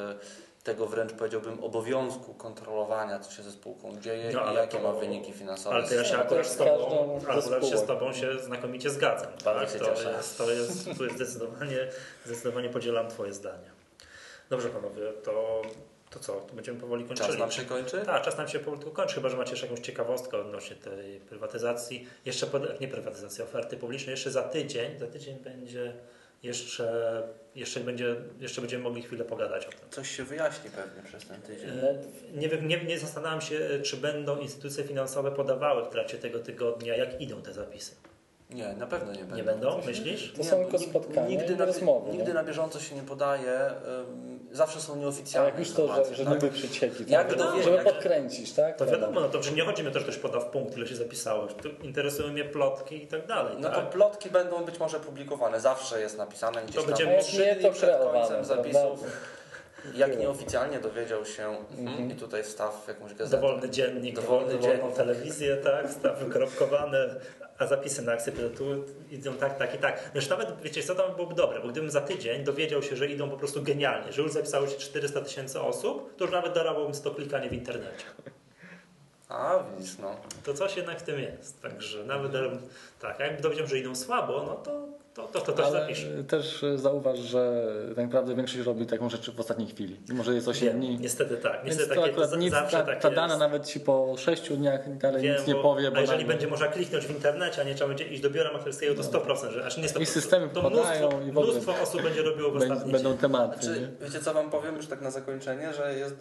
tego wręcz powiedziałbym obowiązku kontrolowania, co się ze spółką dzieje no, i jakie to, ma wyniki finansowe. Ale to ja się akurat z Tobą, akurat się z tobą się znakomicie zgadzam. Tak? Się to, jest, to jest, tu jest zdecydowanie, zdecydowanie podzielam Twoje zdanie. Dobrze panowie, to, to co? To będziemy powoli kończyli. Czas nam się kończy? Tak, czas nam się powoli kończy, chyba że macie jeszcze jakąś ciekawostkę odnośnie tej prywatyzacji. Jeszcze, nie prywatyzacji, oferty publicznej. Jeszcze za tydzień, za tydzień będzie jeszcze, jeszcze, będzie, jeszcze będziemy mogli chwilę pogadać o tym. Coś się wyjaśni pewnie przez ten tydzień. Nie, nie, nie zastanawiam się, czy będą instytucje finansowe podawały w trakcie tego tygodnia, jak idą te zapisy. Nie, na pewno nie będą. Nie będą, myślisz? To są tylko spotkania nigdy i na, rozmowy. Nigdy nie? na bieżąco się nie podaje. Um, zawsze są nieoficjalne. A jak już to, że, że tak? niby przycieki, jak tak? dowie, żeby jak... podkręcić, tak? To wiadomo, no to że nie chodzi mi o to, że ktoś poda w punkt, ile się zapisało. Interesują mnie plotki i tak dalej. No tak? to plotki będą być może publikowane. Zawsze jest napisane gdzieś to tam będziemy trzy dni przed końcem zapisów. Prawda? Jak nieoficjalnie dowiedział się mm-hmm. i tutaj wstaw w jakąś gazetę. Dowolny dziennik, dowolny dowolną dziennik. telewizję, tak, staw wykropkowane, a zapisy na akcje tu idą tak, tak i tak. Zresztą nawet, wiecie co, tam byłoby dobre, bo gdybym za tydzień dowiedział się, że idą po prostu genialnie, że już zapisało się czterysta tysięcy osób, to już nawet darowałbym sto klikanie w internecie. A, widzisz, no. To coś jednak w tym jest. Także nawet mhm. tak, a jak dowiedział, że idą słabo, no to to, to, to też Ale zapisz. też zauważ, że tak naprawdę większość robi taką rzecz w ostatniej chwili. Mimo, że jest osiem dni. Niestety tak. Niestety Więc to takie, akurat nic, zawsze ta, takie ta dana jest. nawet ci po sześciu dniach dalej Wiem, nic nie bo, powie. Bo a jeżeli nagle... będzie można kliknąć w internecie, a nie trzeba będzie iść do biura maklerskiego, to sto procent, że aż nie sto procent. I systemy to wpadają mnóstwo, i w ogóle mnóstwo osób będzie robiło w ostatni będą dzień. tematy. Znaczy, wiecie co wam powiem już tak na zakończenie, że jest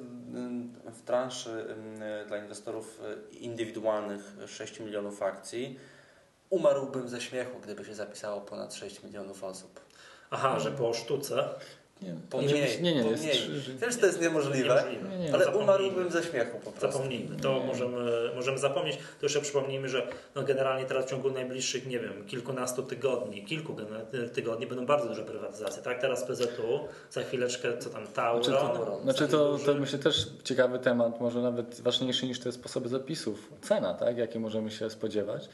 w transzy dla inwestorów indywidualnych sześć milionów akcji. Umarłbym ze śmiechu, gdyby się zapisało ponad sześć milionów osób. Aha, że po sztuce. Nie, po nie, mniej, nie, nie, po jest mniej. trzy, Wiesz, to jest niemożliwe, niemożliwe. Nie, nie. ale Zapomnijmy. umarłbym ze śmiechu po prostu. Zapomnijmy, to możemy, możemy zapomnieć. To jeszcze przypomnijmy, że no generalnie teraz w ciągu najbliższych, nie wiem, kilkunastu tygodni, kilku tygodni będą bardzo duże prywatyzacje. Tak, teraz P Z U, za chwileczkę co tam Tauron. Znaczy to, znaczy to, to myślę też ciekawy temat, może nawet ważniejszy niż te sposoby zapisów. Cena, tak, jakie możemy się spodziewać.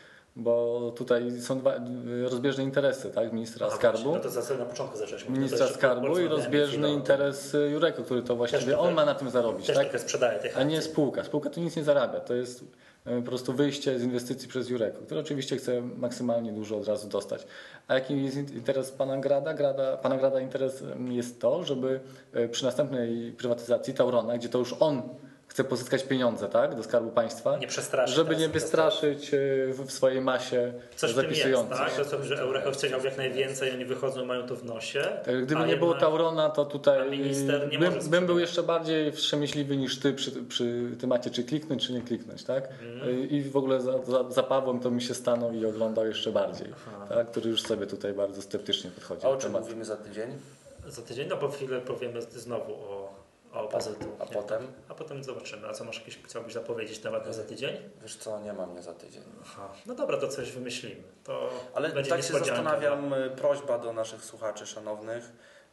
Bo tutaj są dwa rozbieżne interesy, tak? Ministra Aha, Skarbu. Właśnie, no to za, na początku zaczęliśmy. Ministra Skarbu i rozbieżny interes Jureko, który to właściwie on ma na tym zarobić, też tak? trochę sprzedaje tych A nie akcji. spółka. Spółka to nic nie zarabia. To jest po prostu wyjście z inwestycji przez Jureko, który oczywiście chce maksymalnie dużo od razu dostać. A jaki jest interes pana Grada? Grada pana Grada interes jest to, żeby przy następnej prywatyzacji Taurona, gdzie to już on chce pozyskać pieniądze, tak, do Skarbu Państwa, nie przestraszyć żeby nie wystraszyć w swojej masie coś zapisujących. Coś w tym jest, tak? To, że Eureko chciał jak najwięcej, oni wychodzą, mają to w nosie. Tak, gdyby nie jednak, było Taurona, to tutaj minister nie bym, może bym był jeszcze bardziej wstrzemięźliwy niż ty przy, przy temacie, czy kliknąć, czy nie kliknąć, tak? Mm. I w ogóle za, za, za Pawłem to mi się stanął i oglądał jeszcze bardziej, tak? Który już sobie tutaj bardzo sceptycznie podchodzi. A o czym mówimy za tydzień? Za tydzień, no po chwilę powiemy znowu o O P Z U. A nie? potem? A potem zobaczymy. A co masz jakieś, chciałbyś zapowiedzieć nawet na za tydzień? Wiesz co, nie mam mnie za tydzień. Aha. No dobra, to coś wymyślimy. To Ale będzie tak się niespodzianka. zastanawiam, prośba do naszych słuchaczy szanownych.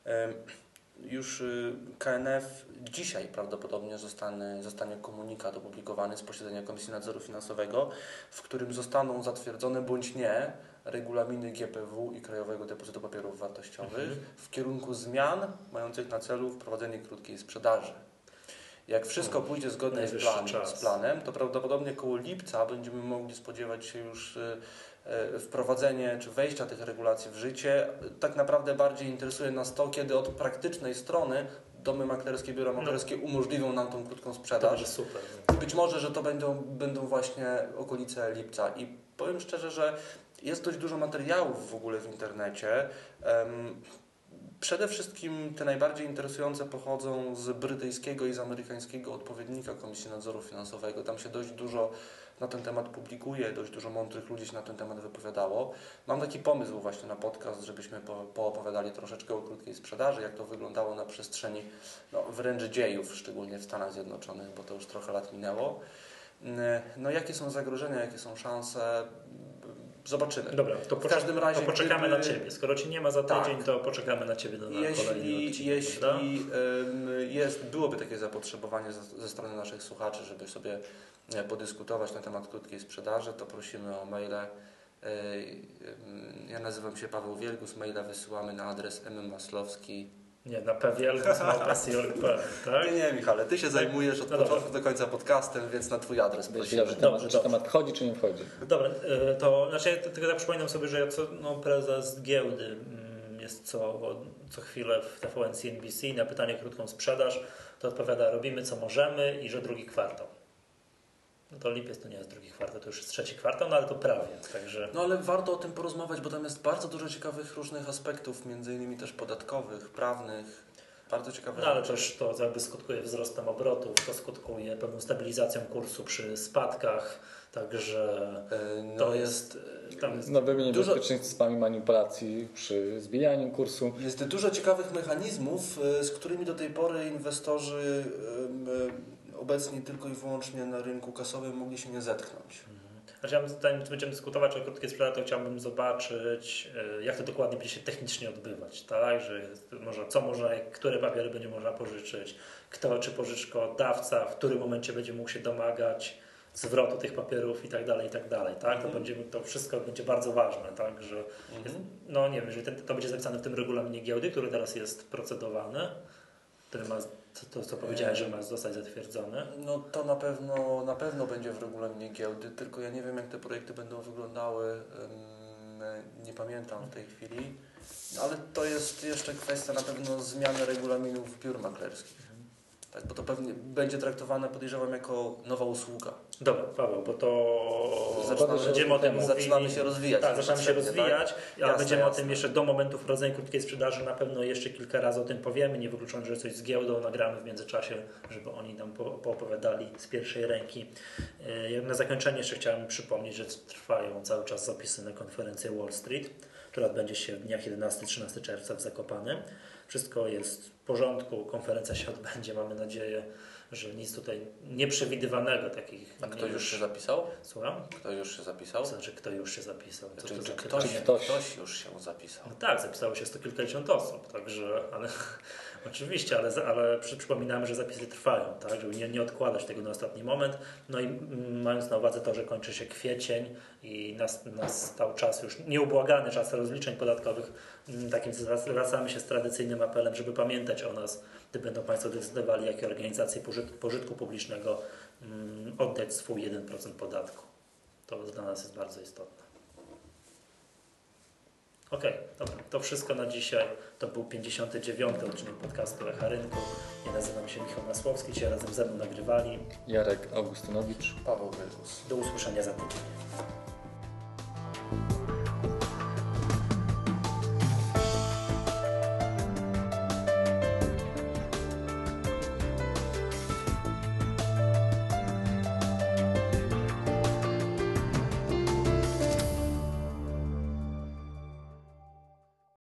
Już K N F dzisiaj prawdopodobnie zostanie, zostanie komunikat opublikowany z posiedzenia Komisji Nadzoru Finansowego, w którym zostaną zatwierdzone bądź nie regulaminy G P W i Krajowego Depozytu Papierów Wartościowych mhm. w kierunku zmian mających na celu wprowadzenie krótkiej sprzedaży. Jak wszystko pójdzie zgodnie z, plan, z planem, to prawdopodobnie koło lipca będziemy mogli spodziewać się już wprowadzenie czy wejścia tych regulacji w życie. Tak naprawdę bardziej interesuje nas to, kiedy od praktycznej strony domy maklerskie, biura maklerskie no. umożliwią nam tą krótką sprzedaż. To super. Być może, że to będą, będą właśnie okolice lipca. I powiem szczerze, że jest dość dużo materiałów w ogóle w internecie. Um, Przede wszystkim te najbardziej interesujące pochodzą z brytyjskiego i z amerykańskiego odpowiednika Komisji Nadzoru Finansowego. Tam się dość dużo na ten temat publikuje, dość dużo mądrych ludzi się na ten temat wypowiadało. Mam taki pomysł właśnie na podcast, żebyśmy po, poopowiadali troszeczkę o krótkiej sprzedaży, jak to wyglądało na przestrzeni no, wręcz dziejów, szczególnie w Stanach Zjednoczonych, bo to już trochę lat minęło. No jakie są zagrożenia, jakie są szanse? Zobaczymy. Dobra, to, w każdym razie, to poczekamy gdyby... na Ciebie. Skoro Ci nie ma za tydzień, tak. to poczekamy na Ciebie do na jeśli, kolejny odcinek. Jeśli jest, byłoby takie zapotrzebowanie ze, ze strony naszych słuchaczy, żeby sobie podyskutować na temat krótkiej sprzedaży, to prosimy o maile. Ja nazywam się Paweł Wielgus, maila wysyłamy na adres mmaslowski. Nie, na pwielgus małpa c r kropka p l, tak? Nie, nie, Michale, ty się zajmujesz od no początku do końca podcastem, więc na twój adres prosimy. Czy temat, czy temat wchodzi, czy nie wchodzi? Dobra, to znaczy tylko tak przypominam sobie, że ja co, no, prezes giełdy jest co, co chwilę w T V N C N B C na pytanie krótką sprzedaż, to odpowiada robimy co możemy i że drugi kwartał. No to lipiec to nie jest drugi kwartał, to już jest trzeci kwartał, no ale to prawie. Także... No ale warto o tym porozmawiać, bo tam jest bardzo dużo ciekawych różnych aspektów, między innymi też podatkowych, prawnych, bardzo ciekawe. No ale też to jakby skutkuje wzrostem obrotów, to skutkuje pewną stabilizacją kursu przy spadkach, także no to jest... Tam jest nowymi niebezpieczeństwami manipulacji przy zbijaniu kursu. Jest dużo ciekawych mechanizmów, z którymi do tej pory inwestorzy obecnie tylko i wyłącznie na rynku kasowym mogli się nie zetknąć. Znaczy, ja zanim będziemy dyskutować o krótkiej sprzedaży, to chciałbym zobaczyć, jak to dokładnie będzie się technicznie odbywać, tak? Że może, co można, które papiery będzie można pożyczyć, kto czy pożyczkodawca w którym momencie będzie mógł się domagać zwrotu tych papierów i tak dalej, i tak dalej, tak? To, będziemy, to wszystko będzie bardzo ważne, tak? Że jest, no nie wiem, jeżeli ten, to będzie zapisane w tym regulaminie giełdy, który teraz jest procedowany, który ma Co, to, co powiedziałeś, że ma zostać zatwierdzone? No to na pewno, na pewno będzie w regulaminie giełdy, tylko ja nie wiem, jak te projekty będą wyglądały, nie pamiętam w tej chwili, ale to jest jeszcze kwestia na pewno zmiany regulaminów biur maklerskich. Tak, bo to pewnie będzie traktowane, podejrzewam, jako nowa usługa. Dobra, Paweł, bo to zaczynamy, będziemy o tym mówili. Zaczynamy się rozwijać. Tak, zaczynamy się rozwijać, tak? ale jasne, będziemy jasne. o tym jeszcze do momentu wprowadzenia krótkiej sprzedaży na pewno jeszcze kilka razy o tym powiemy. Nie wykluczone, że coś z giełdą nagramy w międzyczasie, żeby oni nam po, poopowiadali z pierwszej ręki. Jak na zakończenie jeszcze chciałem przypomnieć, że trwają cały czas zapisy na konferencję Wall Street, która odbędzie się w dniach jedenastego trzynastego czerwca w Zakopanem. Wszystko jest w porządku, konferencja się odbędzie, mamy nadzieję, że nic tutaj nieprzewidywanego takich... A kto już się zapisał? Słucham? Kto już się zapisał? To znaczy, kto już się zapisał? Co Czy, to czy za ktoś, pytanie? ktoś. ktoś już się zapisał? No tak, zapisało się sto kilkadziesiąt osób, także, ale oczywiście, ale, ale przy, przypominamy, że zapisy trwają, tak, żeby nie, nie odkładać tego na ostatni moment. No i mm, mając na uwadze to, że kończy się kwiecień i nas, nastał czas już, nieubłagany czas rozliczeń podatkowych, mm, takim zwracamy się z tradycyjnym apelem, żeby pamiętać o nas, gdy będą Państwo decydowali, jakie organizacje pożytku, pożytku publicznego mm, oddać swój jeden procent podatku. To dla nas jest bardzo istotne. Okej, okay, dobra, to wszystko na dzisiaj. To był pięćdziesiąty dziewiąty odcinek podcastu Echa Rynku. Ja nazywam się Michał Masłowski, dzisiaj razem ze mną nagrywali Jarek Augustynowicz, Paweł Wielgus. Do usłyszenia za tydzień.